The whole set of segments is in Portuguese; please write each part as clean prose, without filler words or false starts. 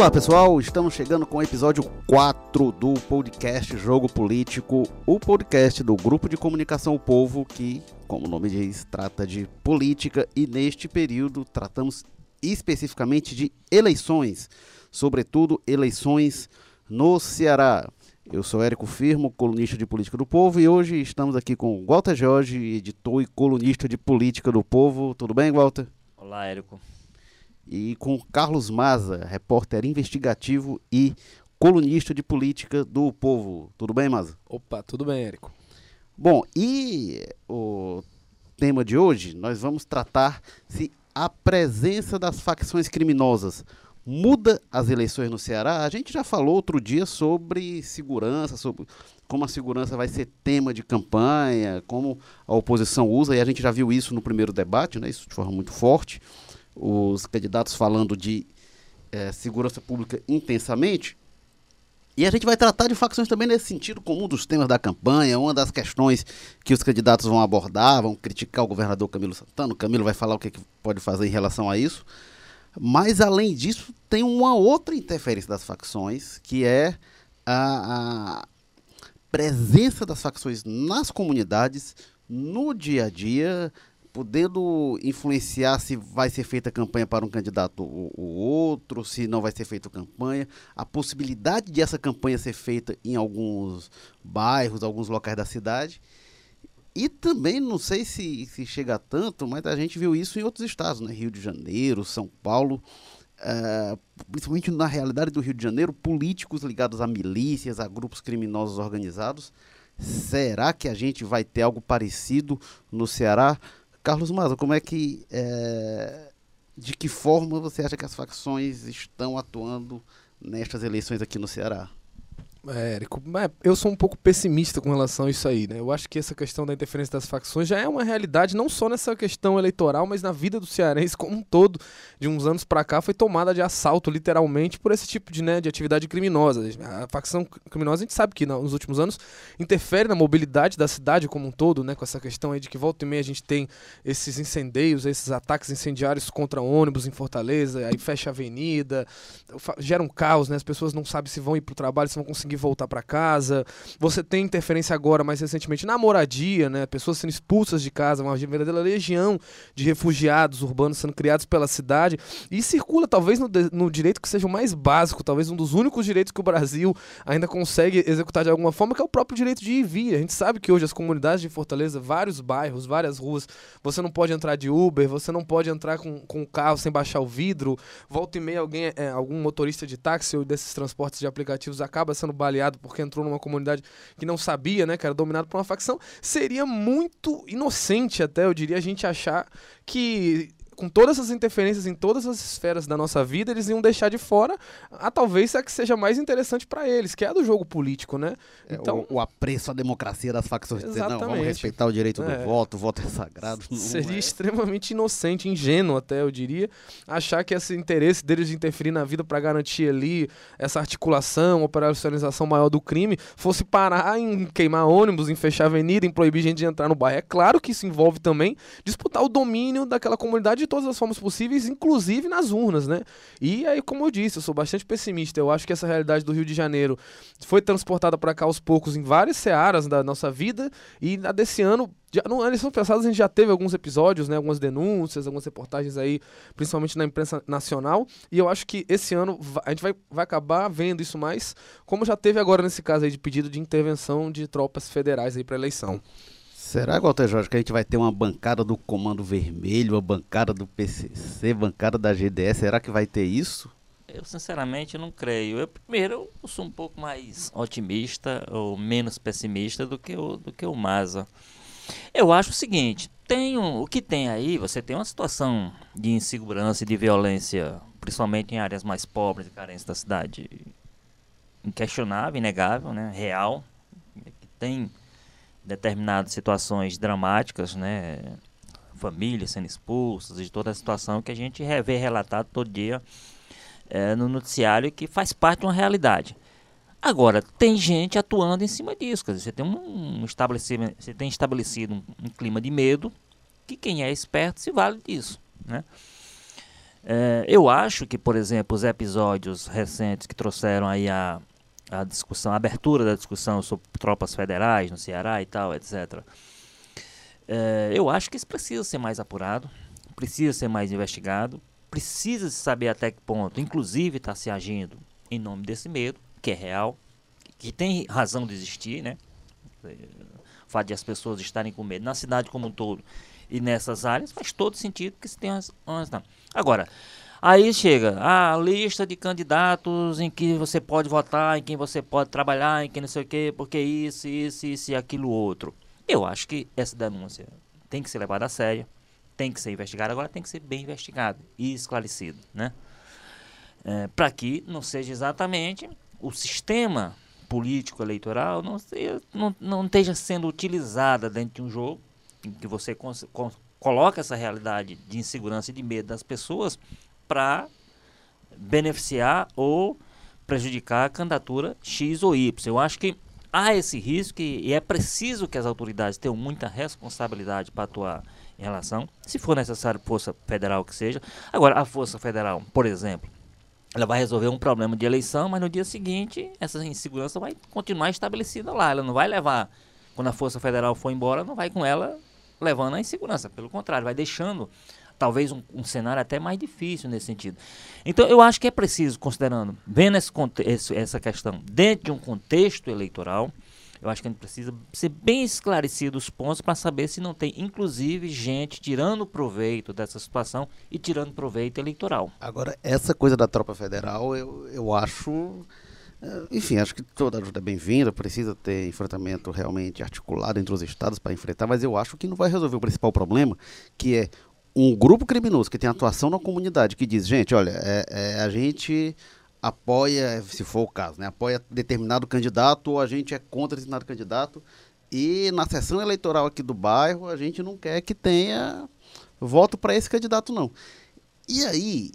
Olá pessoal, estamos chegando com o episódio 4 do podcast Jogo Político, o podcast do Grupo de Comunicação O Povo, que, como o nome diz, trata de política e neste período tratamos especificamente de eleições, sobretudo eleições no Ceará. Eu sou Érico Firmo, colunista de Política do Povo, e hoje estamos aqui com Walter Jorge, editor e colunista de Política do Povo. Tudo bem, Walter? Olá, Érico. E com Carlos Maza, repórter investigativo e colunista de Política do Povo. Tudo bem, Maza? Opa, tudo bem, Érico. Bom, e o tema de hoje, nós vamos tratar se a presença das facções criminosas muda as eleições no Ceará. A gente já falou outro dia sobre segurança, sobre como a segurança vai ser tema de campanha, como a oposição usa, e a gente já viu isso no primeiro debate, né? Isso de forma muito forte. Os candidatos falando de segurança pública intensamente. E a gente vai tratar de facções também nesse sentido, como um dos temas da campanha, uma das questões que os candidatos vão abordar, vão criticar o governador Camilo Santana. O Camilo vai falar o que pode fazer em relação a isso. Mas, além disso, tem uma outra interferência das facções, que é a presença das facções nas comunidades, no dia a dia, podendo influenciar se vai ser feita campanha para um candidato ou outro, se não vai ser feita campanha, a possibilidade de essa campanha ser feita em alguns bairros, alguns locais da cidade. E também, não sei se chega a tanto, mas a gente viu isso em outros estados, né? Rio de Janeiro, São Paulo, principalmente na realidade do Rio de Janeiro, políticos ligados a milícias, a grupos criminosos organizados. Será que a gente vai ter algo parecido no Ceará? Carlos Maza, como é que, de que forma você acha que as facções estão atuando nestas eleições aqui no Ceará? Érico, eu sou um pouco pessimista com relação a isso aí, né? Eu acho que essa questão da interferência das facções já é uma realidade, não só nessa questão eleitoral, mas na vida do cearense como um todo. De uns anos pra cá foi tomada de assalto, literalmente, por esse tipo de atividade criminosa. A facção criminosa, a gente sabe que nos últimos anos interfere na mobilidade da cidade como um todo, né? Com essa questão aí de que volta e meia a gente tem esses incendeios, esses ataques incendiários contra ônibus em Fortaleza, aí fecha a avenida, gera um caos, né? As pessoas não sabem se vão ir pro trabalho, se vão conseguir voltar para casa. Você tem interferência agora, mais recentemente, na moradia, né? Pessoas sendo expulsas de casa, uma verdadeira legião de refugiados urbanos sendo criados pela cidade, e circula talvez no direito que seja o mais básico, talvez um dos únicos direitos que o Brasil ainda consegue executar de alguma forma, que é o próprio direito de ir e vir. A gente sabe que hoje as comunidades de Fortaleza, vários bairros, várias ruas, você não pode entrar de Uber, você não pode entrar com o carro sem baixar o vidro, volta e meia algum motorista de táxi ou desses transportes de aplicativos acaba sendo baleado porque entrou numa comunidade que não sabia, né, que era dominado por uma facção. Seria muito inocente até, eu diria, a gente achar que com todas essas interferências em todas as esferas da nossa vida, eles iam deixar de fora talvez a que seja mais interessante para eles, que é a do jogo político, né? Então, o apreço à democracia das facções, dizer, não, vamos respeitar o direito do voto, o voto é sagrado. Seria extremamente inocente, ingênuo até, eu diria, achar que esse interesse deles de interferir na vida para garantir ali essa articulação, operacionalização maior do crime, fosse parar em queimar ônibus, em fechar avenida, em proibir gente de entrar no bairro. É claro que isso envolve também disputar o domínio daquela comunidade de todas as formas possíveis, inclusive nas urnas, né? E aí, como eu disse, eu sou bastante pessimista. Eu acho que essa realidade do Rio de Janeiro foi transportada para cá aos poucos em várias searas da nossa vida, e a desse ano, na eleição passada, a gente já teve alguns episódios, né, algumas denúncias, algumas reportagens aí, principalmente na imprensa nacional, e eu acho que esse ano a gente vai acabar vendo isso mais, como já teve agora nesse caso aí de pedido de intervenção de tropas federais aí para eleição. Será, Walter Jorge, que a gente vai ter uma bancada do Comando Vermelho, uma bancada do PCC, bancada da GDS? Será que vai ter isso? Eu, sinceramente, não creio. Primeiro, eu sou um pouco mais otimista ou menos pessimista do que o Maza. Eu acho o seguinte, o que tem aí, você tem uma situação de insegurança e de violência, principalmente em áreas mais pobres e carentes da cidade, inquestionável, inegável, né, real, que tem determinadas situações dramáticas, né, famílias sendo expulsas, de toda a situação que a gente vê relatado todo dia no noticiário, que faz parte de uma realidade. Agora, tem gente atuando em cima disso, quer dizer, você tem estabelecido um clima de medo, que quem é esperto se vale disso, né? Eu acho que, por exemplo, os episódios recentes que trouxeram aí a discussão, a abertura da discussão sobre tropas federais no Ceará e tal, etc. Eu acho que isso precisa ser mais apurado, precisa ser mais investigado, precisa se saber até que ponto, inclusive, está se agindo em nome desse medo, que é real, que tem razão de existir, né? O fato de as pessoas estarem com medo na cidade como um todo e nessas áreas faz todo sentido, porque se tem umas não. Agora, aí chega a lista de candidatos em que você pode votar, em quem você pode trabalhar, em quem não sei o quê, porque isso e aquilo outro. Eu acho que essa denúncia tem que ser levada a sério, tem que ser investigada, agora tem que ser bem investigado e esclarecido, né? Para que não seja exatamente o sistema político eleitoral não esteja sendo utilizada dentro de um jogo em que você coloca essa realidade de insegurança e de medo das pessoas para beneficiar ou prejudicar a candidatura X ou Y. Eu acho que há esse risco e é preciso que as autoridades tenham muita responsabilidade para atuar em relação, se for necessário, Força Federal que seja. Agora, a Força Federal, por exemplo, ela vai resolver um problema de eleição, mas no dia seguinte essa insegurança vai continuar estabelecida lá. Ela não vai levar, quando a Força Federal for embora, não vai com ela levando a insegurança. Pelo contrário, vai deixando talvez um cenário até mais difícil nesse sentido. Então, eu acho que é preciso, considerando, vendo essa questão dentro de um contexto eleitoral, eu acho que a gente precisa ser bem esclarecido os pontos para saber se não tem, inclusive, gente tirando proveito dessa situação e tirando proveito eleitoral. Agora, essa coisa da tropa federal, eu acho... Enfim, acho que toda ajuda é bem-vinda, precisa ter enfrentamento realmente articulado entre os estados para enfrentar, mas eu acho que não vai resolver o principal problema, que é um grupo criminoso que tem atuação na comunidade, que diz, gente, olha, a gente apoia, se for o caso, né, apoia determinado candidato ou a gente é contra determinado candidato e na sessão eleitoral aqui do bairro a gente não quer que tenha voto para esse candidato, não. E aí...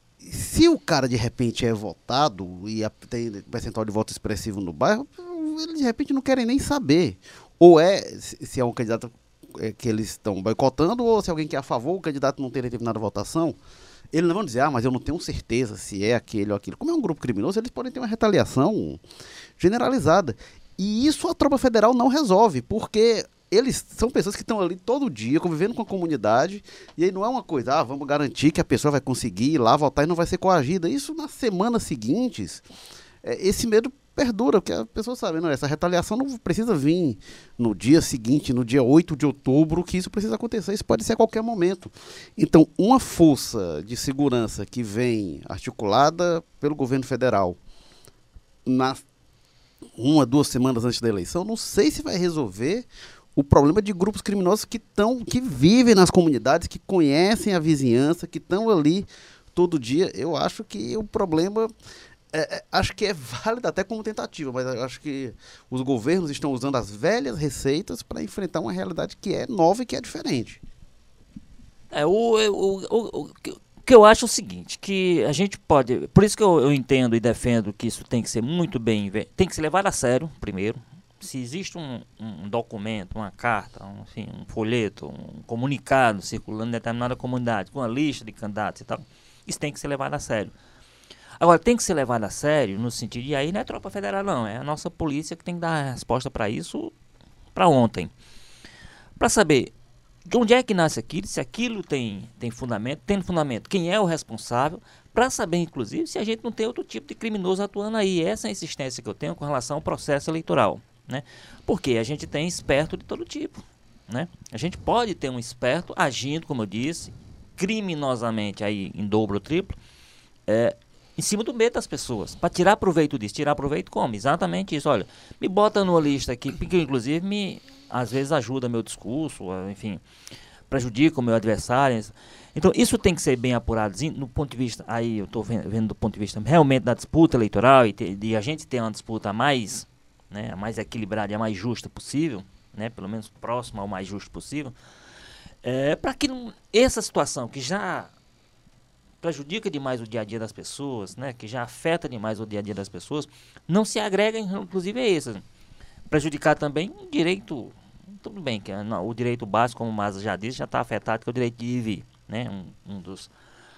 Se o cara de repente é votado e tem percentual de voto expressivo no bairro, eles de repente não querem nem saber. Ou se é um candidato que eles estão boicotando, ou se alguém que é a favor, o candidato não tem determinada votação, eles não vão dizer, mas eu não tenho certeza se é aquele ou aquilo. Como é um grupo criminoso, eles podem ter uma retaliação generalizada. E isso a tropa federal não resolve, porque... Eles são pessoas que estão ali todo dia, convivendo com a comunidade, e aí não é uma coisa, vamos garantir que a pessoa vai conseguir ir lá votar e não vai ser coagida. Isso nas semanas seguintes, esse medo perdura, porque a pessoa sabe, não, essa retaliação não precisa vir no dia seguinte, no dia 8 de outubro, que isso precisa acontecer, isso pode ser a qualquer momento. Então, uma força de segurança que vem articulada pelo governo federal, nas 1-2 semanas antes da eleição, não sei se vai resolver o problema de grupos criminosos que vivem nas comunidades, que conhecem a vizinhança, que estão ali todo dia. Eu acho que o problema, acho que é válido até como tentativa, mas eu acho que os governos estão usando as velhas receitas para enfrentar uma realidade que é nova e que é diferente. O que eu acho é o seguinte, que a gente pode... Por isso que eu entendo e defendo que isso tem que ser muito bem... Tem que ser levado a sério, primeiro. Se existe um documento, uma carta, um folheto, um comunicado circulando em determinada comunidade, com uma lista de candidatos e tal, isso tem que ser levado a sério. Agora, tem que ser levado a sério no sentido de aí não é tropa federal, não. É a nossa polícia que tem que dar a resposta para isso para ontem. Para saber de onde é que nasce aquilo, se aquilo tem fundamento, quem é o responsável, para saber, inclusive, se a gente não tem outro tipo de criminoso atuando aí. Essa é a insistência que eu tenho com relação ao processo eleitoral. Né? Porque a gente tem esperto de todo tipo, né? A gente pode ter um esperto agindo, como eu disse, criminosamente aí em dobro ou triplo, em cima do medo das pessoas, para tirar proveito disso. Tirar proveito como? Exatamente isso. Olha, me bota numa lista aqui, porque inclusive às vezes ajuda meu discurso, enfim, prejudica o meu adversário. Então isso tem que ser bem apurado no ponto de vista, aí eu estou vendo do ponto de vista realmente da disputa eleitoral e a gente ter uma disputa mais... Né, a mais equilibrada e a mais justa possível, né, pelo menos próxima ao mais justo possível, para que essa situação que já prejudica demais o dia a dia das pessoas, né, que já afeta demais o dia a dia das pessoas, não se agrega, inclusive, a esse. Prejudicar também um direito, tudo bem, que o direito básico, como o Maza já disse, já está afetado, que é o direito de ir e vir, né, um dos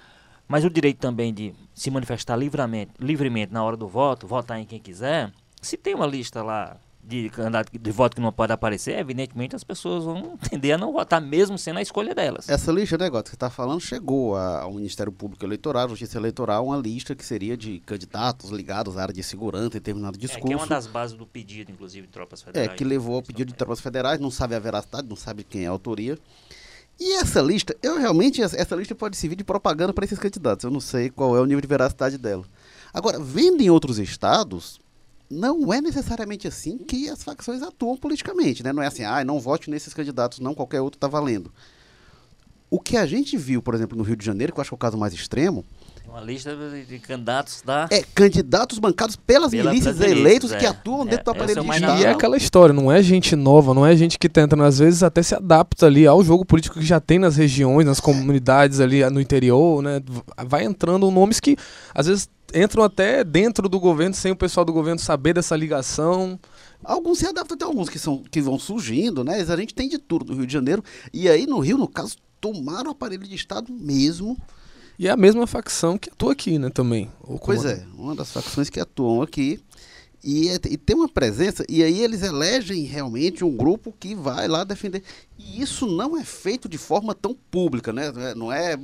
mas o direito também de se manifestar livremente na hora do voto, votar em quem quiser. Se tem uma lista lá de candidato de voto que não pode aparecer, evidentemente as pessoas vão tender a não votar, mesmo sendo a escolha delas. Essa lista, né, Gota, que você está falando, chegou ao Ministério Público Eleitoral, Justiça Eleitoral, uma lista que seria de candidatos ligados à área de segurança, determinado discurso. Que é uma das bases do pedido, inclusive, de tropas federais. Que levou ao pedido de tropas federais, não sabe a veracidade, não sabe quem é a autoria. E essa lista, essa lista pode servir de propaganda para esses candidatos, eu não sei qual é o nível de veracidade dela. Agora, vendo em outros estados, não é necessariamente assim que as facções atuam politicamente, né? Não é assim, não vote nesses candidatos, não, qualquer outro está valendo. O que a gente viu, por exemplo, no Rio de Janeiro, que eu acho que é o caso mais extremo... Uma lista de candidatos da... candidatos bancados pelas milícias eleitos que atuam dentro do aparelho de Estado. E é aquela história, não é gente nova, não é gente que tenta, às vezes até se adapta ali ao jogo político que já tem nas regiões, nas comunidades ali no interior, né? Vai entrando nomes que, às vezes, entram até dentro do governo, sem o pessoal do governo saber dessa ligação. Alguns se adaptam, até alguns que vão surgindo, né? A gente tem de tudo no Rio de Janeiro. E aí, no Rio, no caso, tomaram o aparelho de Estado mesmo. E é a mesma facção que atua aqui, né, também. Pois é, uma das facções que atuam aqui. E tem uma presença, e aí eles elegem realmente um grupo que vai lá defender. E isso não é feito de forma tão pública, né? Não é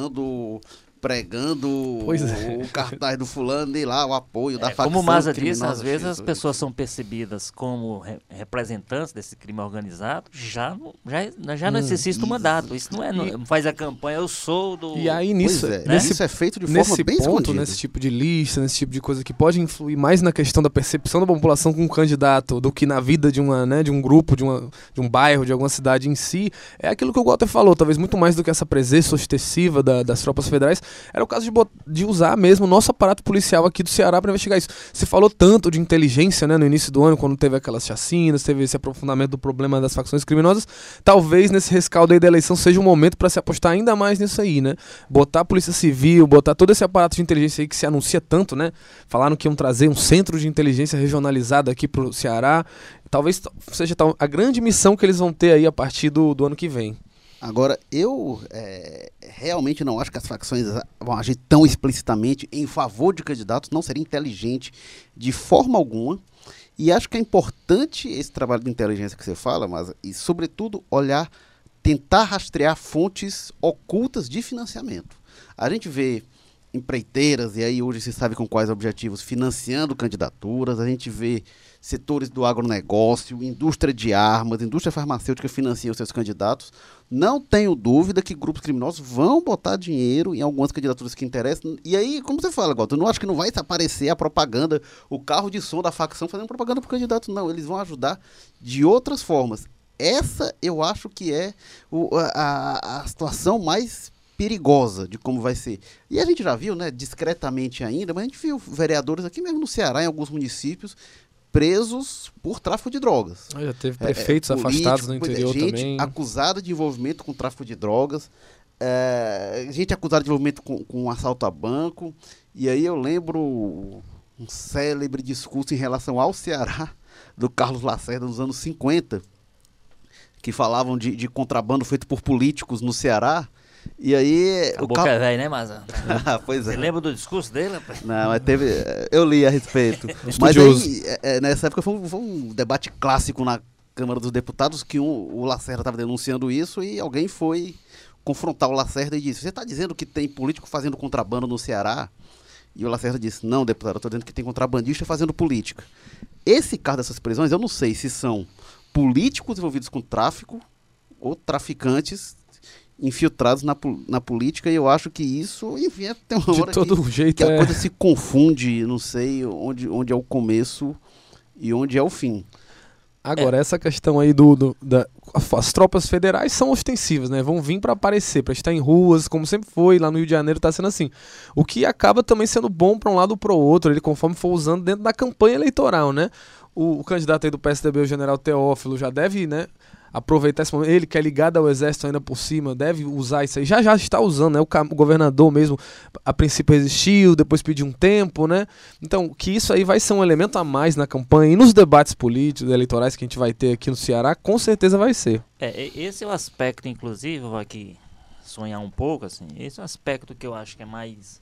pregando o cartaz do fulano e lá o apoio da facção. Como o Maza disse, às vezes as pessoas são percebidas como representantes desse crime organizado, já não necessita um mandato. Isso não faz a campanha, eu sou do... E aí nisso, isso é feito de forma bem escondida. Nesse tipo de lista, nesse tipo de coisa que pode influir mais na questão da percepção da população com um candidato do que na vida de um grupo, de um bairro, de alguma cidade em si, é aquilo que o Walter falou, talvez muito mais do que essa presença ostensiva das tropas federais. Era o caso de usar mesmo o nosso aparato policial aqui do Ceará para investigar isso. Se falou tanto de inteligência, né, no início do ano, quando teve aquelas chacinas, teve esse aprofundamento do problema das facções criminosas. Talvez nesse rescaldo aí da eleição seja um momento para se apostar ainda mais nisso aí, né? Botar a Polícia Civil, botar todo esse aparato de inteligência aí que se anuncia tanto, né? Falaram que iam trazer um centro de inteligência regionalizado aqui pro Ceará. Talvez seja a grande missão que eles vão ter aí a partir do ano que vem. Agora, eu realmente não acho que as facções vão agir tão explicitamente em favor de candidatos, não seria inteligente de forma alguma, e acho que é importante esse trabalho de inteligência que você fala, mas e sobretudo tentar rastrear fontes ocultas de financiamento. A gente vê empreiteiras, e aí hoje se sabe com quais objetivos, financiando candidaturas, a gente vê setores do agronegócio, indústria de armas, indústria farmacêutica financiam seus candidatos. Não tenho dúvida que grupos criminosos vão botar dinheiro em algumas candidaturas que interessam. E aí, como você fala, Gota, eu não acho que não vai aparecer a propaganda, o carro de som da facção fazendo propaganda para o candidato, não. Eles vão ajudar de outras formas. Essa eu acho que é a situação mais perigosa de como vai ser. E a gente já viu, né, discretamente ainda, mas a gente viu vereadores aqui mesmo no Ceará, em alguns municípios, presos por tráfico de drogas. Já teve prefeitos afastados no interior também. Gente acusada de envolvimento com tráfico de drogas, gente acusada de envolvimento com assalto a banco. E aí eu lembro um célebre discurso em relação ao Ceará, do Carlos Lacerda, nos anos 50, que falavam de contrabando feito por políticos no Ceará. E aí... A boca é velha, né, Maza? Pois é. Você lembra do discurso dele, rapaz? Não, mas eu li a respeito. Mas aí, nessa época foi um debate clássico na Câmara dos Deputados, que o Lacerda estava denunciando isso e alguém foi confrontar o Lacerda e disse: você está dizendo que tem político fazendo contrabando no Ceará? E o Lacerda disse: não, deputado, eu estou dizendo que tem contrabandista fazendo política. Esse caso dessas prisões, eu não sei se são políticos envolvidos com tráfico ou traficantes infiltrados na política, e eu acho que isso, enfim, tem uma hora que a coisa se confunde, não sei onde é o começo e onde é o fim. Agora, essa questão aí as tropas federais são ostensivas, né? Vão vir para aparecer, para estar em ruas, como sempre foi, lá no Rio de Janeiro está sendo assim. O que acaba também sendo bom para um lado ou para o outro, ele conforme for usando dentro da campanha eleitoral, né? O candidato aí do PSDB, o general Teófilo, já deve, né, aproveitar esse momento. Ele que é ligado ao exército ainda por cima, deve usar isso aí. Já está usando, né? O governador mesmo, a princípio resistiu, depois pediu um tempo, né? Então, que isso aí vai ser um elemento a mais na campanha e nos debates políticos, eleitorais que a gente vai ter aqui no Ceará, com certeza vai ser. Esse é o aspecto, inclusive, que sonhar um pouco, assim, esse é um aspecto que eu acho que é mais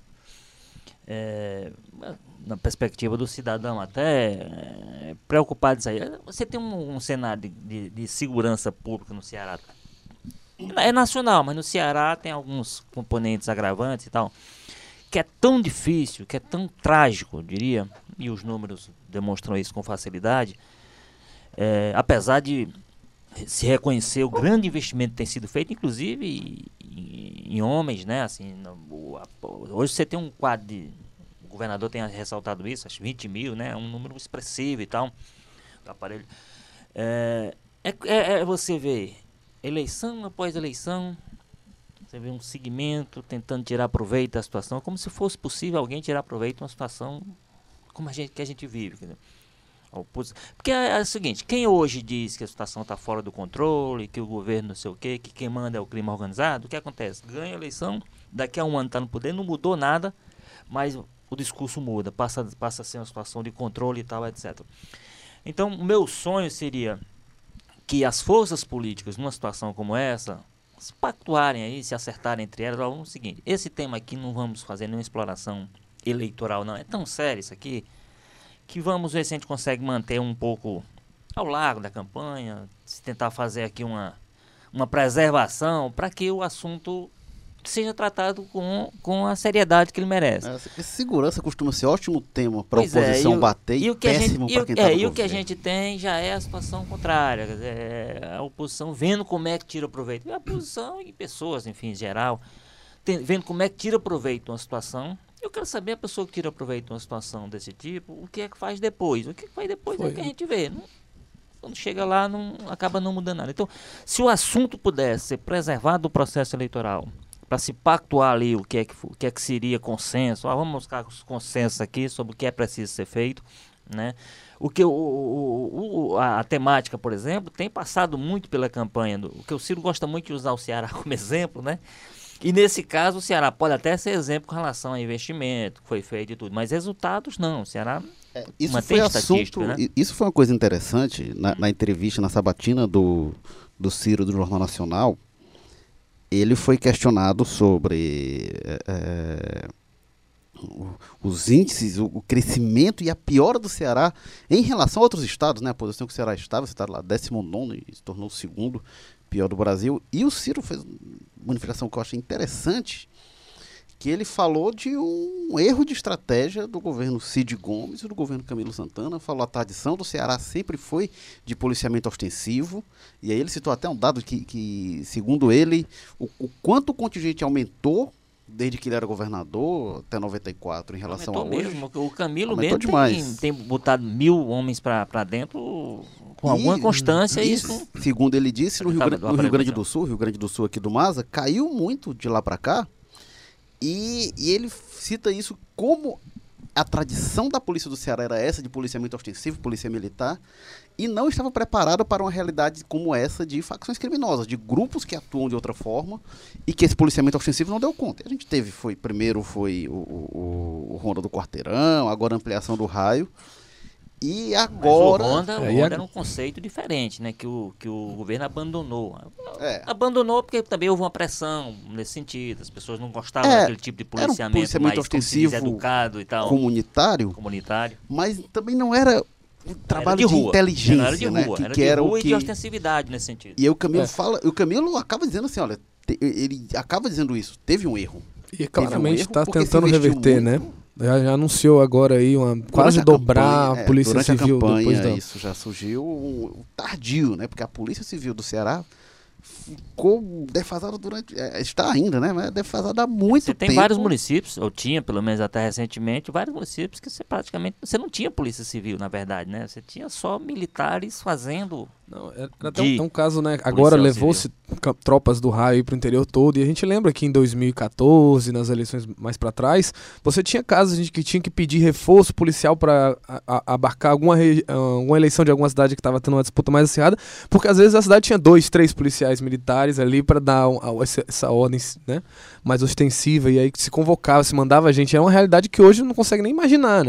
na perspectiva do cidadão até preocupado disso aí. Você tem um cenário de segurança pública no Ceará. É nacional, mas no Ceará tem alguns componentes agravantes e tal, que é tão difícil, que é tão trágico, eu diria, e os números demonstram isso com facilidade, apesar de se reconhecer o grande investimento que tem sido feito, inclusive em homens, né? Assim, hoje você tem um quadro o governador tem ressaltado isso, acho 20 mil, né? Um número expressivo e tal, do aparelho. Você vê eleição após eleição, você vê um segmento tentando tirar proveito da situação, como se fosse possível alguém tirar proveito de uma situação como que a gente vive, entendeu? Porque é o seguinte, quem hoje diz que a situação está fora do controle, que o governo não sei o quê, que quem manda é o crime organizado, o que acontece? Ganha a eleição, daqui a um ano está no poder, não mudou nada, mas o discurso muda, passa a ser uma situação de controle e tal, etc. Então, o meu sonho seria que as forças políticas, numa situação como essa, se pactuarem aí, se acertarem entre elas, o seguinte, esse tema aqui não vamos fazer nenhuma exploração eleitoral, não, é tão sério isso aqui, que vamos ver se a gente consegue manter um pouco ao largo da campanha, se tentar fazer aqui uma preservação para que o assunto seja tratado com a seriedade que ele merece. Segurança costuma ser ótimo tema para a oposição bater e péssimo para quem está no governo. E o que a gente tem já é a situação contrária, quer dizer, a oposição vendo como é que tira proveito. A oposição e pessoas, enfim, em geral, vendo como é que tira proveito de uma situação. Eu quero saber a pessoa que tira proveito de uma situação desse tipo, o que é que faz depois. O que faz depois é o que a gente vê. Quando chega lá, acaba não mudando nada. Então, se o assunto pudesse ser preservado do processo eleitoral, para se pactuar ali o que é que seria consenso, vamos buscar os consensos aqui sobre o que é preciso ser feito, né? A temática, por exemplo, tem passado muito pela campanha, o que o Ciro gosta muito de usar o Ceará como exemplo, né? E nesse caso o Ceará pode até ser exemplo com relação a investimento, que foi feito e tudo, mas resultados não, o Ceará mantém estatística, né? Isso foi uma coisa interessante na entrevista, na sabatina do Ciro do Jornal Nacional. Ele foi questionado sobre os índices, o crescimento e a piora do Ceará em relação a outros estados, né? A posição que o Ceará estava, você está lá 19º e se tornou o segundo pior do Brasil. E o Ciro fez uma manifestação que eu achei interessante, que ele falou de um erro de estratégia do governo Cid Gomes e do governo Camilo Santana. Falou a tradição do Ceará sempre foi de policiamento ostensivo, e aí ele citou até um dado que segundo ele, o quanto o contingente aumentou desde que ele era governador até 94 em relação a hoje. Mesmo, o Camilo mesmo tem botado 1.000 homens para dentro com alguma constância. Isso, segundo ele disse, no Rio Grande do Sul aqui do Maza, caiu muito de lá para cá. E ele cita isso como a tradição da polícia do Ceará era essa, de policiamento ostensivo, polícia militar, e não estava preparada para uma realidade como essa de facções criminosas, de grupos que atuam de outra forma, e que esse policiamento ostensivo não deu conta. A gente teve, primeiro foi o Ronda do Quarteirão, agora a ampliação do raio, e agora... Mas o Ronda era um conceito diferente, né? Que o governo abandonou. Abandonou porque também houve uma pressão nesse sentido. As pessoas não gostavam daquele tipo de policiamento mais ostensivo, educado e tal. Comunitário. Mas também não era um trabalho de inteligência, era de rua, né? Era de rua e de ostensividade nesse sentido. E aí o Camilo acaba dizendo assim, olha, ele acaba dizendo isso, teve um erro. E claramente está tentando reverter, né? Já anunciou agora aí quase dobrar a Polícia Civil. Isso já surgiu tardio, né? Porque a Polícia Civil do Ceará ficou defasada está ainda, né? Mas defasada há muito tempo. Você tem vários municípios, ou tinha pelo menos até recentemente, vários municípios que você não tinha Polícia Civil, na verdade, né? Você tinha só militares fazendo... Não, era até um caso, né? Agora levou-se tropas do raio para o interior todo, e a gente lembra que em 2014, nas eleições mais para trás, você tinha casos de que tinha que pedir reforço policial para abarcar alguma eleição de alguma cidade que estava tendo uma disputa mais acirrada, porque às vezes a cidade tinha 2, 3 policiais militares ali para dar essa ordem, né, mais ostensiva, e aí se convocava, se mandava gente. É uma realidade que hoje não consegue nem imaginar, né?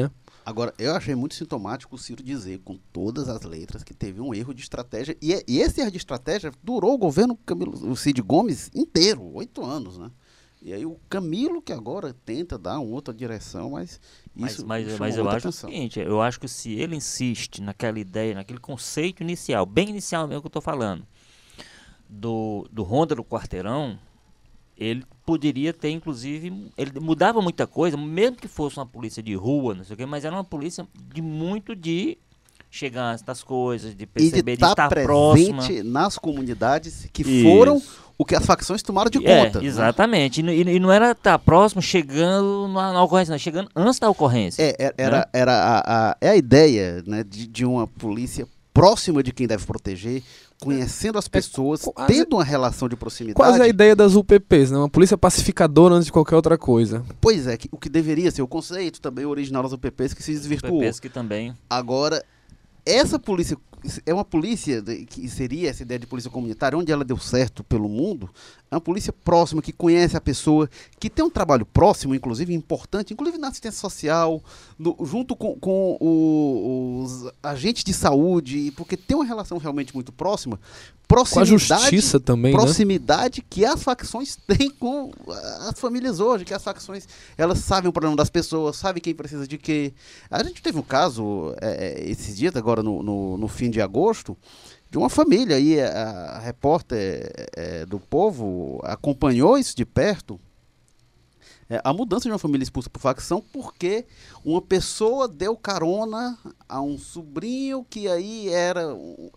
Agora, eu achei muito sintomático o Ciro dizer, com todas as letras, que teve um erro de estratégia. E esse erro de estratégia durou o governo o Cid Gomes inteiro, 8 anos, né? E aí o Camilo, que agora tenta dar uma outra direção, mas isso Mas chamou eu muita acho atenção. o seguinte, eu acho que se ele insiste naquela ideia, naquele conceito inicial, bem inicial mesmo que eu estou falando, do Ronda do Quarteirão, ele poderia ter, inclusive, ele mudava muita coisa, mesmo que fosse uma polícia de rua, não sei o quê, mas era uma polícia de chegar antes das coisas, de E de perceber, de estar estar presente próxima. nas comunidades que Isso. foram o que as facções tomaram de conta. Né? Exatamente. E não era estar próximo, chegando na ocorrência, não, chegando antes da ocorrência. Era a ideia, né, de uma polícia próxima de quem deve proteger, conhecendo as pessoas, tendo uma relação de proximidade. Quase a ideia das UPPs, né? Uma polícia pacificadora antes de qualquer outra coisa. Pois é, o que deveria ser o conceito também original das UPPs que se desvirtuou. UPPs que também... Agora, essa polícia é uma polícia que seria essa ideia de polícia comunitária, onde ela deu certo pelo mundo, é uma polícia próxima, que conhece a pessoa, que tem um trabalho próximo, inclusive importante, inclusive na assistência social, junto com os agentes de saúde, porque tem uma relação realmente muito próxima. Proximidade, com a justiça também, proximidade, né? Que as facções têm com as famílias hoje, que as facções, elas sabem o problema das pessoas, sabem quem precisa de quê. A gente teve um caso, esses dias, agora no fim de agosto, de uma família, aí a repórter do Povo acompanhou isso de perto, a mudança de uma família expulsa por facção, porque uma pessoa deu carona a um sobrinho que aí era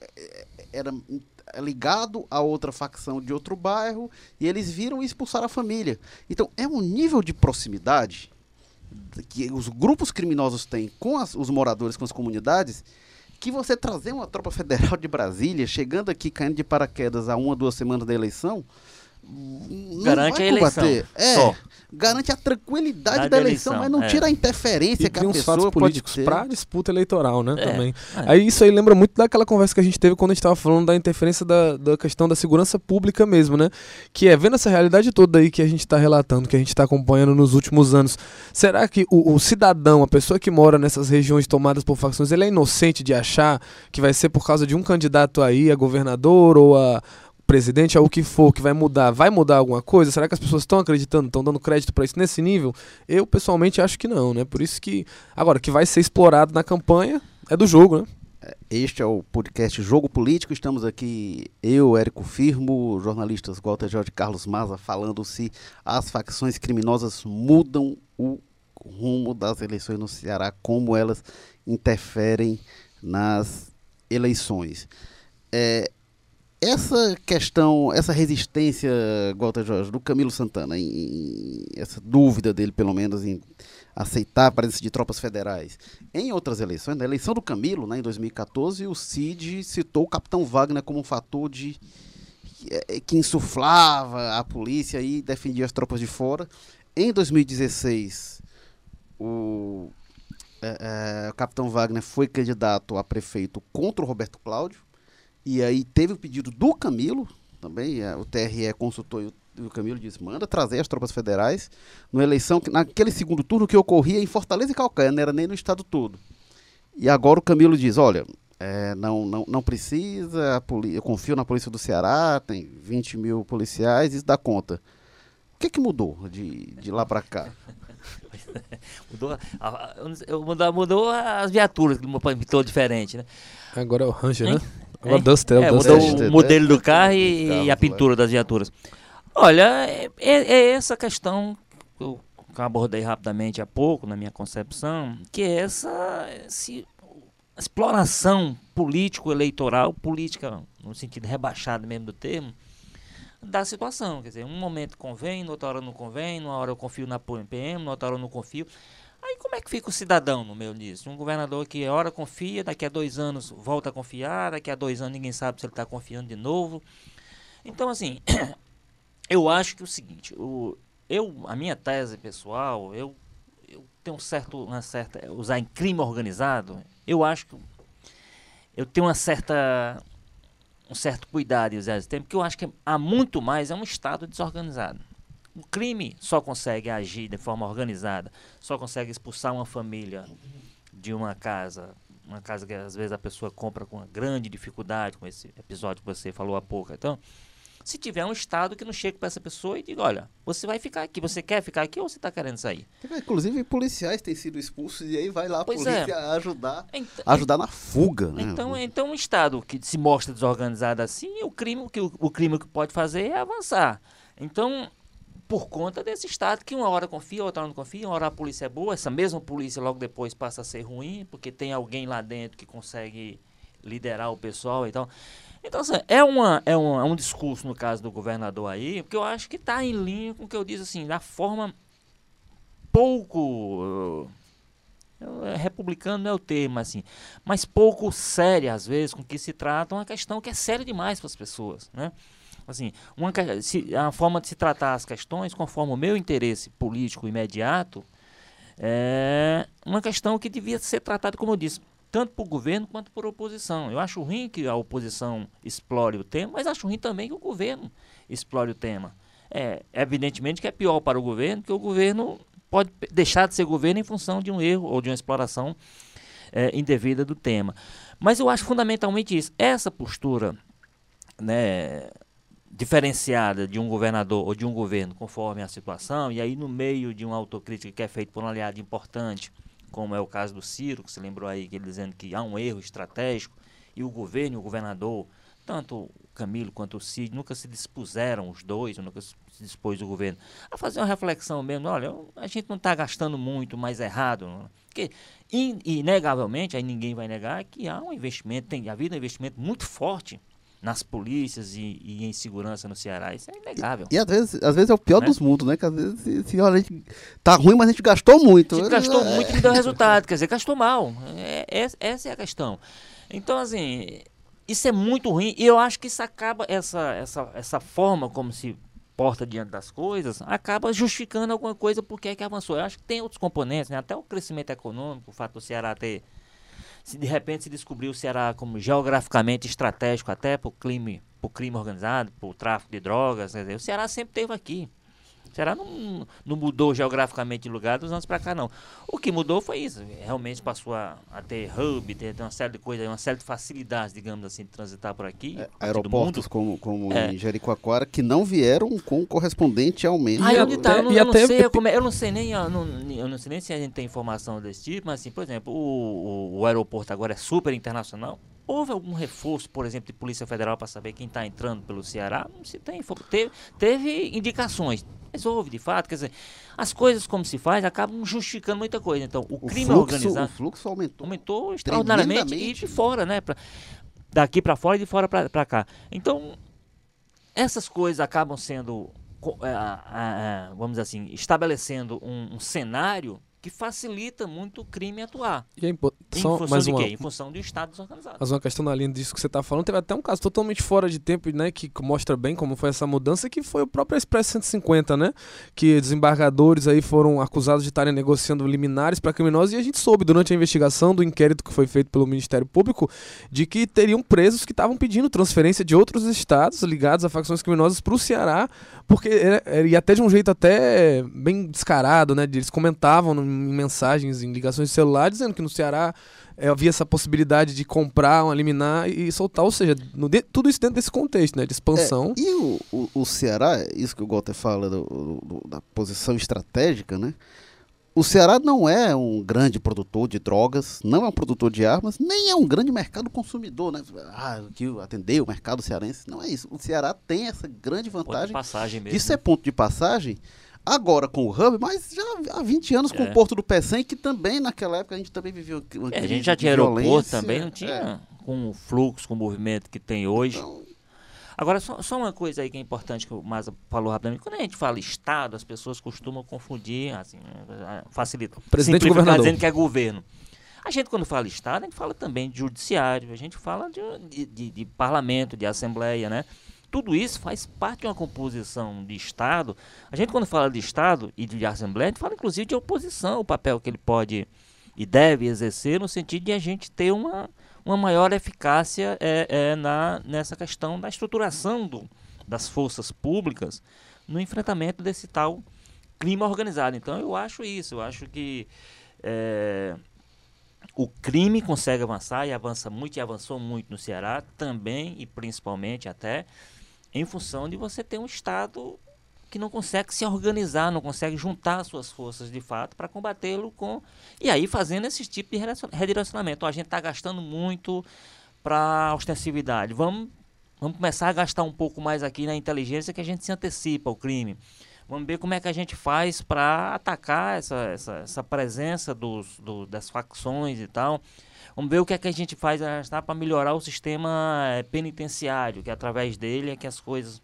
ligado a outra facção de outro bairro, e eles viram e expulsaram a família. Então, é um nível de proximidade que os grupos criminosos têm com os moradores, com as comunidades, que você trazer uma tropa federal de Brasília, chegando aqui, caindo de paraquedas a 1 ou 2 semanas da eleição, não garante vai a eleição. Só. Garante a tranquilidade da eleição, mas não tira a interferência e que a uns pessoa fatos pode políticos ter. para disputa eleitoral, né, também. É. Aí isso aí lembra muito daquela conversa que a gente teve quando a gente estava falando da interferência da questão da segurança pública mesmo, né? Que vendo essa realidade toda aí que a gente está relatando, que a gente está acompanhando nos últimos anos, será que o cidadão, a pessoa que mora nessas regiões tomadas por facções, ele é inocente de achar que vai ser por causa de um candidato aí a governador ou a presidente, ou o que for, que vai mudar alguma coisa? Será que as pessoas estão acreditando, estão dando crédito para isso nesse nível? Eu, pessoalmente, acho que não, né? Por isso que, agora, que vai ser explorado na campanha é do jogo, né? Este é o podcast Jogo Político, estamos aqui, eu, Érico Firmo, jornalistas Walter Jorge e Carlos Maza, falando se as facções criminosas mudam o rumo das eleições no Ceará, como elas interferem nas eleições. Essa questão, essa resistência, Walter Jorge, do Camilo Santana, essa dúvida dele, pelo menos, em aceitar a presença de tropas federais. Em outras eleições, na eleição do Camilo, né, em 2014, o Cid citou o capitão Wagner como um fator que insuflava a polícia e defendia as tropas de fora. Em 2016, o capitão Wagner foi candidato a prefeito contra o Roberto Cláudio. E aí teve o pedido do Camilo, também o TRE consultou e o Camilo disse, manda trazer as tropas federais, numa eleição, naquele segundo turno que ocorria em Fortaleza e Calcaia, não era nem no estado todo. E agora o Camilo diz, olha, não precisa, eu confio na polícia do Ceará, tem 20 mil policiais, isso dá conta. O que mudou de lá para cá? Mudou as viaturas, que pintou diferente, né? Agora é o Ranger, né? Agora Duster, mudou o modelo do carro e a pintura das viaturas. Olha, é essa questão que eu abordei rapidamente há pouco, na minha concepção, que é essa exploração político-eleitoral, política no sentido rebaixado mesmo do termo, da situação. Quer dizer, um momento convém, noutra hora não convém, numa hora eu confio na PM, noutra hora eu não confio. Aí como é que fica o cidadão no meio disso? Um governador que hora confia, daqui a 2 anos volta a confiar, daqui a 2 anos ninguém sabe se ele está confiando de novo. Então, assim, eu acho que é o seguinte, a minha tese pessoal, eu tenho uma certa, usar em crime organizado, eu acho que eu tenho um certo cuidado em usar esse termo, porque eu acho que há muito mais, é um Estado desorganizado. O crime só consegue agir de forma organizada, só consegue expulsar uma família de uma casa que às vezes a pessoa compra com uma grande dificuldade, com esse episódio que você falou há pouco. Então, se tiver um Estado que não chegue para essa pessoa e diga, olha, você vai ficar aqui, você quer ficar aqui ou você está querendo sair? Inclusive, policiais têm sido expulsos e aí vai lá a polícia ajudar na fuga. Né? Então, um Estado que se mostra desorganizado assim, o crime que pode fazer é avançar. Então, por conta desse Estado que uma hora confia, outra hora não confia, uma hora a polícia é boa, essa mesma polícia logo depois passa a ser ruim, porque tem alguém lá dentro que consegue liderar o pessoal. Então assim, é um discurso, no caso do governador aí, porque eu acho que está em linha com o que eu disse, assim, da forma pouco... republicano não é o termo, assim, mas pouco séria, às vezes, com que se trata uma questão que é séria demais para as pessoas, né? Assim, a forma de se tratar as questões, conforme o meu interesse político imediato, é uma questão que devia ser tratada, como eu disse, tanto por governo quanto por oposição. Eu acho ruim que a oposição explore o tema, mas acho ruim também que o governo explore o tema. Evidentemente que é pior para o governo, que o governo pode deixar de ser governo em função de um erro ou de uma exploração indevida do tema. Mas eu acho fundamentalmente isso. Essa postura, né, diferenciada de um governador ou de um governo conforme a situação, e aí no meio de uma autocrítica que é feita por um aliado importante, como é o caso do Ciro, que você lembrou aí, que ele dizendo que há um erro estratégico, e o governo e o governador, tanto o Camilo quanto o Cid, nunca se dispuseram, os dois, nunca se dispôs o governo, a fazer uma reflexão mesmo, olha, a gente não está gastando muito, mas errado, porque inegavelmente, aí ninguém vai negar, que há um investimento, tem havido um investimento muito forte nas polícias e em segurança no Ceará. Isso é inegável. E às vezes é o pior dos mundos, né? Que às vezes, olha, a gente tá ruim, mas a gente gastou muito. A gente gastou muito e não deu resultado. Quer dizer, gastou mal. Essa é a questão. Então, assim, isso é muito ruim. E eu acho que isso acaba, essa forma como se porta diante das coisas, acaba justificando alguma coisa porque é que avançou. Eu acho que tem outros componentes, né? Até o crescimento econômico, o fato do Ceará ter... Se de repente se descobriu o Ceará como geograficamente estratégico até para o crime organizado, para o tráfico de drogas, quer dizer, o Ceará sempre esteve aqui. O Ceará não mudou geograficamente de lugar dos anos para cá, não. O que mudou foi isso. Realmente passou a ter hub, ter uma série de coisas, uma série de facilidades, digamos assim, de transitar por aqui. Aeroportos como em Jericoacoara, que não vieram com correspondente aumento. Onde tá? Eu não sei nem se a gente tem informação desse tipo, mas assim, por exemplo, o aeroporto agora é super internacional. Houve algum reforço, por exemplo, de Polícia Federal para saber quem está entrando pelo Ceará? Não se tem. Teve indicações. Mas houve, de fato, quer dizer, as coisas como se faz acabam justificando muita coisa. Então, o crime organizado... O fluxo aumentou extraordinariamente e de fora, né? Daqui para fora e de fora para cá. Então, essas coisas acabam sendo, vamos dizer assim, estabelecendo um cenário que facilita muito o crime atuar. E em função de quê? Em função do Estado desorganizado. Mas uma questão na linha disso que você está falando, teve até um caso totalmente fora de tempo, né, que mostra bem como foi essa mudança, que foi o próprio Expresso 150, né, que desembargadores aí foram acusados de estarem negociando liminares para criminosos, e a gente soube durante a investigação do inquérito que foi feito pelo Ministério Público de que teriam presos que estavam pedindo transferência de outros estados ligados a facções criminosas para o Ceará, porque e até de um jeito até bem descarado, né, eles comentavam em mensagens, em ligações de celular, dizendo que no Ceará havia essa possibilidade de comprar uma liminar e soltar, ou seja, tudo isso dentro desse contexto, né, de expansão. E o Ceará, isso que o Walter fala da posição estratégica, né? O Ceará não é um grande produtor de drogas, não é um produtor de armas, nem é um grande mercado consumidor, né? Que atender o mercado cearense, não é isso. O Ceará tem essa grande vantagem de ser ponto de passagem. Agora com o hub, mas já há 20 anos com o Porto do Pecém, que também naquela época a gente também viveu uma crise. A gente já tinha aeroporto também, não tinha com o fluxo, com o movimento que tem hoje. Então, agora, só uma coisa aí que é importante, que o Maza falou rapidamente. Quando a gente fala Estado, as pessoas costumam confundir, assim, facilita. Presidente e governador. Dizendo que é governo. A gente, quando fala Estado, a gente fala também de judiciário, a gente fala de parlamento, de assembleia, né? Tudo isso faz parte de uma composição de Estado. A gente, quando fala de Estado e de Assembleia, a gente fala inclusive de oposição, o papel que ele pode e deve exercer, no sentido de a gente ter uma maior eficácia nessa questão da estruturação das forças públicas no enfrentamento desse tal crime organizado. Então, eu acho isso. Eu acho que o crime consegue avançar e avança muito e avançou muito no Ceará, também e principalmente até em função de você ter um Estado que não consegue se organizar, não consegue juntar suas forças de fato para combatê-lo com... E aí fazendo esse tipo de redirecionamento. A gente está gastando muito para ostensividade. Vamos começar a gastar um pouco mais aqui na inteligência que a gente se antecipa ao crime. Vamos ver como é que a gente faz para atacar essa presença das facções e tal. Vamos ver o que é que a gente faz para melhorar o sistema penitenciário, que através dele é que as coisas...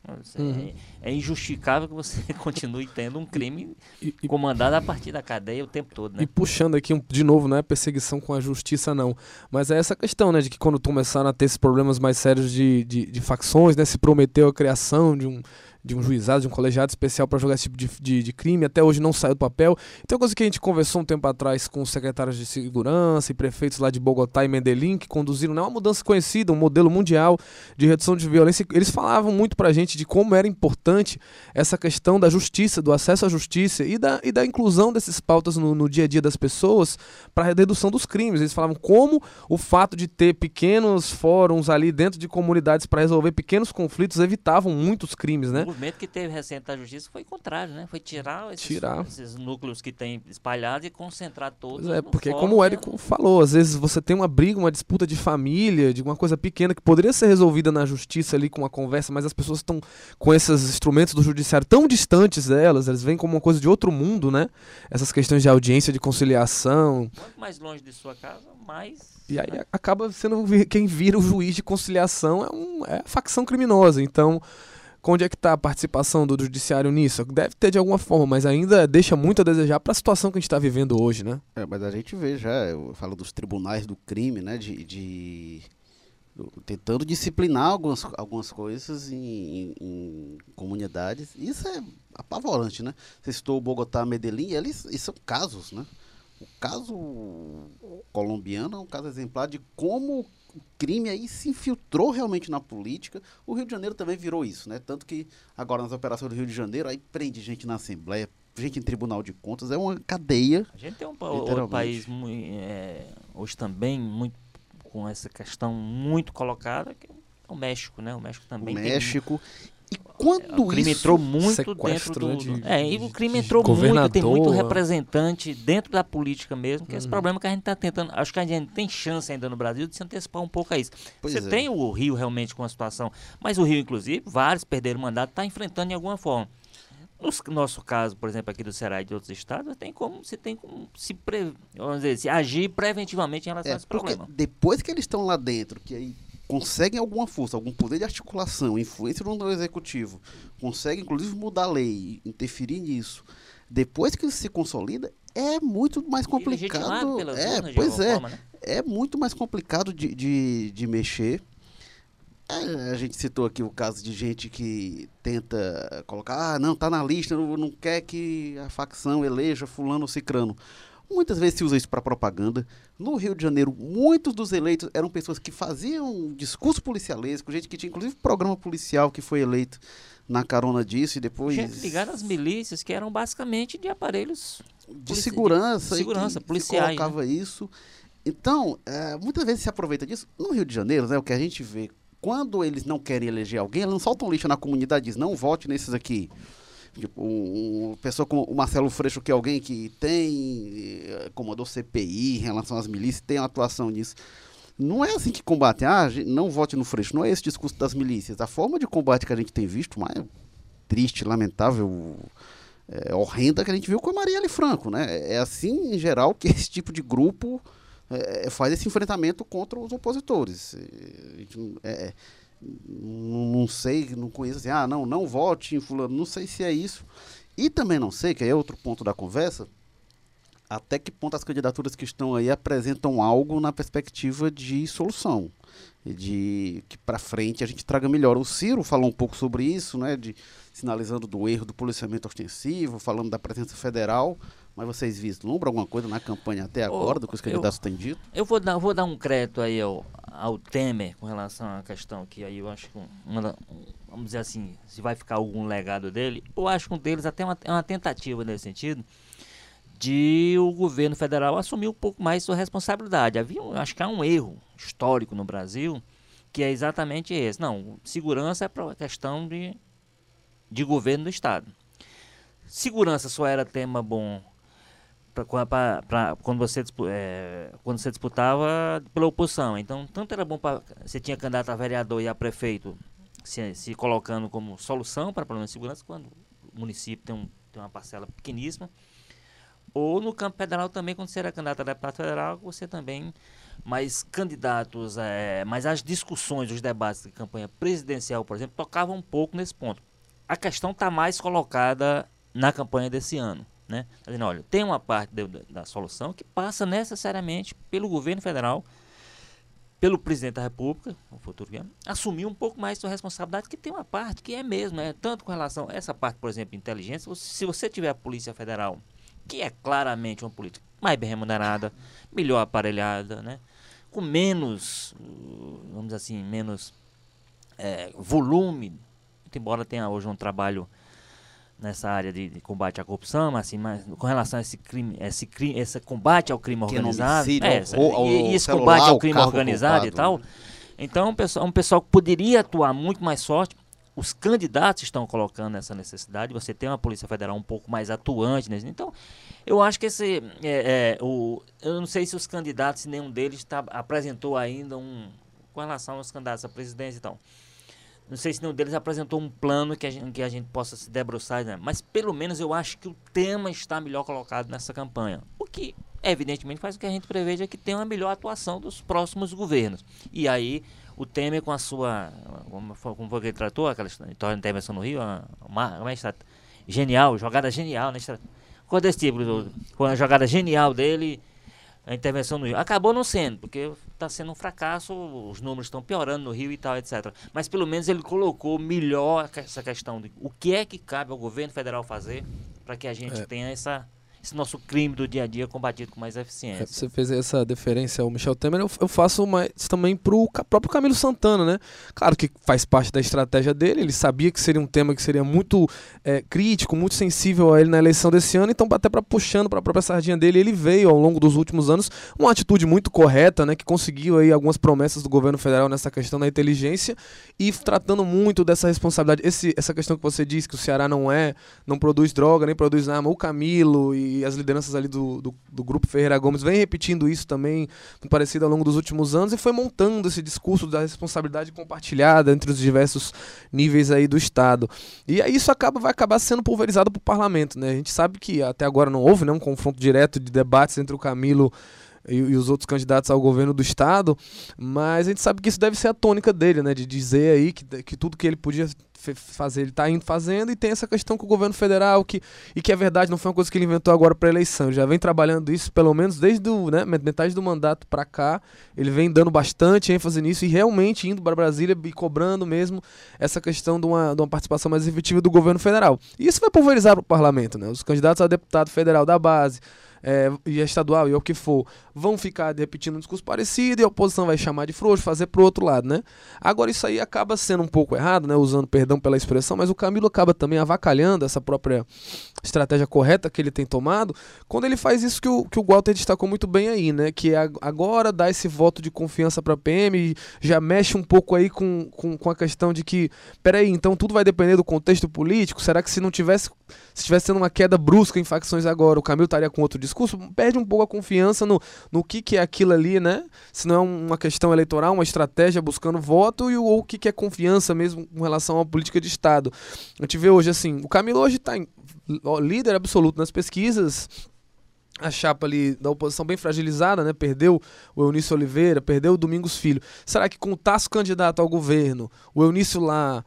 É injustificável que você continue tendo um crime comandado a partir da cadeia o tempo todo, né? E puxando aqui de novo, não é perseguição com a justiça não, mas é essa questão, né, de que quando começaram a ter esses problemas mais sérios de facções, né, se prometeu a criação de um juizado, de um colegiado especial para jogar esse tipo de crime, até hoje não saiu do papel. Então, coisa que a gente conversou um tempo atrás com os secretários de segurança e prefeitos lá de Bogotá e Medellín, que conduziram uma mudança conhecida, um modelo mundial de redução de violência. Eles falavam muito pra gente de como era importante essa questão da justiça, do acesso à justiça e da inclusão dessas pautas no dia a dia das pessoas para a redução dos crimes. Eles falavam como o fato de ter pequenos fóruns ali dentro de comunidades para resolver pequenos conflitos evitavam muitos crimes, né? O movimento que teve recente da justiça foi o contrário, né? Foi tirar esses núcleos que tem espalhados e concentrar todos. Porque como o Érico falou, às vezes você tem uma briga, uma disputa de família, de uma coisa pequena que poderia ser resolvida na justiça ali com uma conversa, mas as pessoas estão com esses instrumentos do judiciário tão distantes delas, eles veem como uma coisa de outro mundo, né? Essas questões de audiência, de conciliação. Quanto mais longe de sua casa, mais... E aí acaba sendo quem vira o juiz de conciliação é a facção criminosa. Então, onde é que está a participação do judiciário nisso? Deve ter de alguma forma, mas ainda deixa muito a desejar para a situação que a gente está vivendo hoje, né? Mas a gente vê já, eu falo dos tribunais do crime, né, tentando disciplinar algumas coisas em comunidades. Isso é apavorante, né? Você citou Bogotá, Medellín, eles são casos, né? O caso colombiano é um caso exemplar de como o crime aí se infiltrou realmente na política. O Rio de Janeiro também virou isso, né? Tanto que agora nas operações do Rio de Janeiro, aí prende gente na Assembleia, gente em Tribunal de Contas, é uma cadeia. A gente tem outro país hoje também muito, com essa questão muito colocada, que é o México, né? O México também E quando o crime isso... entrou muito sequestro, dentro do... né, e o crime entrou muito, tem muito representante dentro da política mesmo, que é esse problema que a gente está tentando... Acho que a gente tem chance ainda no Brasil de se antecipar um pouco a isso. Você tem o Rio realmente com a situação, mas o Rio, inclusive, vários perderam o mandato, está enfrentando de alguma forma. No nosso caso, por exemplo, aqui do Ceará e de outros estados, você tem como se agir preventivamente em relação a esse problema. Depois que eles estão lá dentro, que aí conseguem alguma força, algum poder de articulação, influência no executivo, conseguem inclusive mudar a lei, interferir nisso. Depois que isso se consolida, é muito mais complicado. Forma, né? É muito mais complicado de mexer. A gente citou aqui o caso de gente que tenta colocar, não, tá na lista, não quer que a facção eleja fulano ou cicrano. Muitas vezes se usa isso para propaganda. No Rio de Janeiro, muitos dos eleitos eram pessoas que faziam discurso policialesco, gente que tinha inclusive programa policial que foi eleito na carona disso e depois... Gente ligada às milícias, que eram basicamente de aparelhos... de segurança policiais. Que colocava isso. Então, muitas vezes se aproveita disso. No Rio de Janeiro, né, o que a gente vê, quando eles não querem eleger alguém, eles não soltam lixo na comunidade e dizem, não vote nesses aqui. Tipo, uma pessoa como o Marcelo Freixo, que é alguém que comandou CPI em relação às milícias, tem uma atuação nisso. Não é assim que combate. Não vote no Freixo. Não é esse discurso das milícias. A forma de combate que a gente tem visto, mais triste, lamentável, horrenda, que a gente viu com a Marielle Franco, né? É assim, em geral, que esse tipo de grupo faz esse enfrentamento contra os opositores. Não sei, não conheço assim, não vote em fulano, não sei se é isso. E também não sei, que é outro ponto da conversa, até que ponto as candidaturas que estão aí apresentam algo na perspectiva de solução, de que para frente a gente traga melhor. O Ciro falou um pouco sobre isso, né, sinalizando do erro do policiamento ostensivo, falando da presença federal, mas vocês vislumbram alguma coisa na campanha até agora, do que os candidatos têm dito? Eu vou dar um crédito aí ao Temer com relação à questão que aí eu acho que vamos dizer assim, se vai ficar algum legado dele, eu acho que um deles até uma tentativa nesse sentido, de o governo federal assumir um pouco mais sua responsabilidade. Acho que há um erro histórico no Brasil, que é exatamente esse. Não, segurança é para questão de governo do Estado. Segurança só era tema bom quando você disputava pela oposição. Então, tanto era bom para você tinha candidato a vereador e a prefeito se colocando como solução para problemas de segurança, quando o município tem uma parcela pequeníssima. Ou no campo federal também, quando você era candidato a deputado federal, você também, mas candidatos, mas as discussões, os debates de campanha presidencial, por exemplo, tocavam um pouco nesse ponto. A questão está mais colocada na campanha desse ano, né? Dizendo, olha, tem uma parte da solução que passa necessariamente pelo governo federal, pelo presidente da República, o futuro assumir um pouco mais sua responsabilidade, que tem uma parte que é mesmo, tanto com relação a essa parte, por exemplo, inteligência. Se você tiver a Polícia Federal, que é claramente uma política mais bem remunerada, melhor aparelhada, né? Com menos, vamos dizer assim, menos volume, muito embora tenha hoje um trabalho nessa área de combate à corrupção, mas, assim, mas com relação a esse combate ao crime organizado, e esse combate ao crime organizado e tal, então um pessoal que poderia atuar muito mais forte. Os candidatos estão colocando essa necessidade, você tem uma Polícia Federal um pouco mais atuante. Então, eu acho que eu não sei se os candidatos, se nenhum deles apresentou ainda com relação aos candidatos à presidência e tal. Não sei se nenhum deles apresentou um plano que a gente possa se debruçar, né? Mas pelo menos eu acho que o tema está melhor colocado nessa campanha. O que, evidentemente, faz com que a gente preveja que tenha uma melhor atuação dos próximos governos. E aí, o Temer com a sua, como foi que ele tratou aquela intervenção no Rio, genial, jogada genial, né? Coisa desse tipo, com a jogada genial dele, a intervenção no Rio. Acabou não sendo, porque está sendo um fracasso, os números estão piorando no Rio e tal, etc. Mas pelo menos ele colocou melhor essa questão de o que é que cabe ao governo federal fazer para que a gente tenha esse nosso crime do dia a dia combatido com mais eficiência. Você fez essa deferência ao Michel Temer, eu faço mais também pro próprio Camilo Santana, né? Claro que faz parte da estratégia dele, ele sabia que seria um tema que seria muito crítico, muito sensível a ele na eleição desse ano, então até puxando para a própria sardinha dele, ele veio ao longo dos últimos anos uma atitude muito correta, né? Que conseguiu aí algumas promessas do governo federal nessa questão da inteligência e tratando muito dessa responsabilidade. Essa questão que você disse que o Ceará não produz droga, nem produz arma, o Camilo e as lideranças ali do grupo Ferreira Gomes vem repetindo isso também, parecido ao longo dos últimos anos, e foi montando esse discurso da responsabilidade compartilhada entre os diversos níveis aí do Estado. E aí isso vai acabar sendo pulverizado para o parlamento, né? A gente sabe que até agora não houve, né, um confronto direto de debates entre o Camilo e os outros candidatos ao governo do Estado, mas a gente sabe que isso deve ser a tônica dele, né? De dizer aí que tudo que ele podia fazer, ele está indo fazendo, e tem essa questão com o governo federal, que é verdade, não foi uma coisa que ele inventou agora para a eleição, ele já vem trabalhando isso pelo menos desde metade do mandato para cá, ele vem dando bastante ênfase nisso e realmente indo para Brasília e cobrando mesmo essa questão de uma participação mais efetiva do governo federal. E isso vai pulverizar para o parlamento, né? Os candidatos a deputado federal da base, e a estadual, e o que for, vão ficar repetindo um discurso parecido e a oposição vai chamar de frouxo, fazer pro outro lado, né? Agora isso aí acaba sendo um pouco errado, né? Usando perdão pela expressão, mas o Camilo acaba também avacalhando essa própria estratégia correta que ele tem tomado, quando ele faz isso que o Walter destacou muito bem aí, né? Que agora dá esse voto de confiança para a PM e já mexe um pouco aí com a questão de que, peraí, então tudo vai depender do contexto político? Será que se tivesse tendo uma queda brusca em facções agora, o Camilo estaria com outro discurso? Perde um pouco a confiança no que é aquilo ali, né? Se não é uma questão eleitoral, uma estratégia buscando voto, ou o que é confiança mesmo com relação à política de Estado. A gente vê hoje assim, o Camilo hoje está líder absoluto nas pesquisas, a chapa ali da oposição bem fragilizada, né? Perdeu o Eunício Oliveira, perdeu o Domingos Filho. Será que com o Tasso candidato ao governo, o Eunício lá,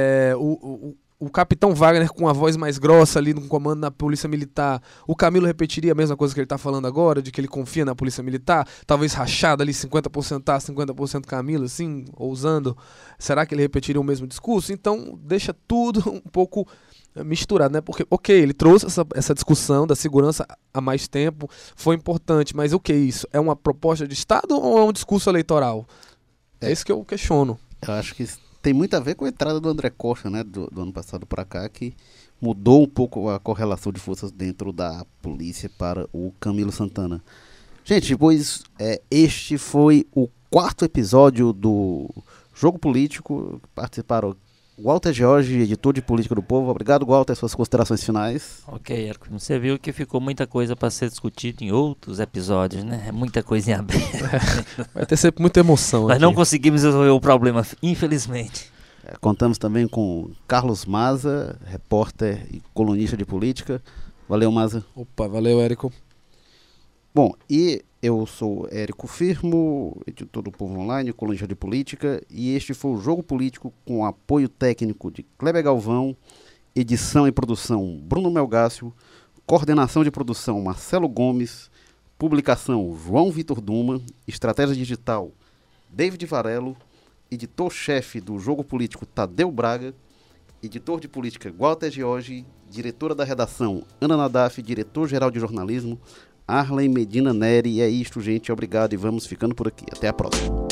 o capitão Wagner com a voz mais grossa ali no comando na Polícia Militar, o Camilo repetiria a mesma coisa que ele está falando agora, de que ele confia na Polícia Militar, talvez rachado ali, 50% Tasso, 50% Camilo, assim, ousando. Será que ele repetiria o mesmo discurso? Então, deixa tudo um pouco misturado, né? Porque, ok, ele trouxe essa discussão da segurança há mais tempo, foi importante, mas o que é isso? É uma proposta de Estado ou é um discurso eleitoral? É isso que eu questiono. Eu acho que tem muito a ver com a entrada do André Costa, né, do ano passado para cá, que mudou um pouco a correlação de forças dentro da polícia para o Camilo Santana. Gente, pois este foi o 4º episódio do Jogo Político. Participaram Walter George, editor de Política do Povo. Obrigado, Walter, suas considerações finais. Ok, Érico, você viu que ficou muita coisa para ser discutida em outros episódios, né? É muita coisa em aberto. Vai ter sempre muita emoção. Nós aqui. não conseguimos resolver o problema, infelizmente. Contamos também com Carlos Maza, repórter e colunista de política. Valeu, Maza. Opa, valeu, Érico. Bom, e eu sou Érico Firmo, editor do Povo Online, colunista de política, e este foi o Jogo Político com apoio técnico de Kleber Galvão, edição e produção Bruno Melgácio, coordenação de produção Marcelo Gomes, publicação João Vitor Duma, estratégia digital David Varelo, editor-chefe do Jogo Político Tadeu Braga, editor de política Walter George, diretora da redação Ana Nadaf, diretor-geral de jornalismo Arlen Medina Neri. E é isto, gente. Obrigado e vamos ficando por aqui. Até a próxima.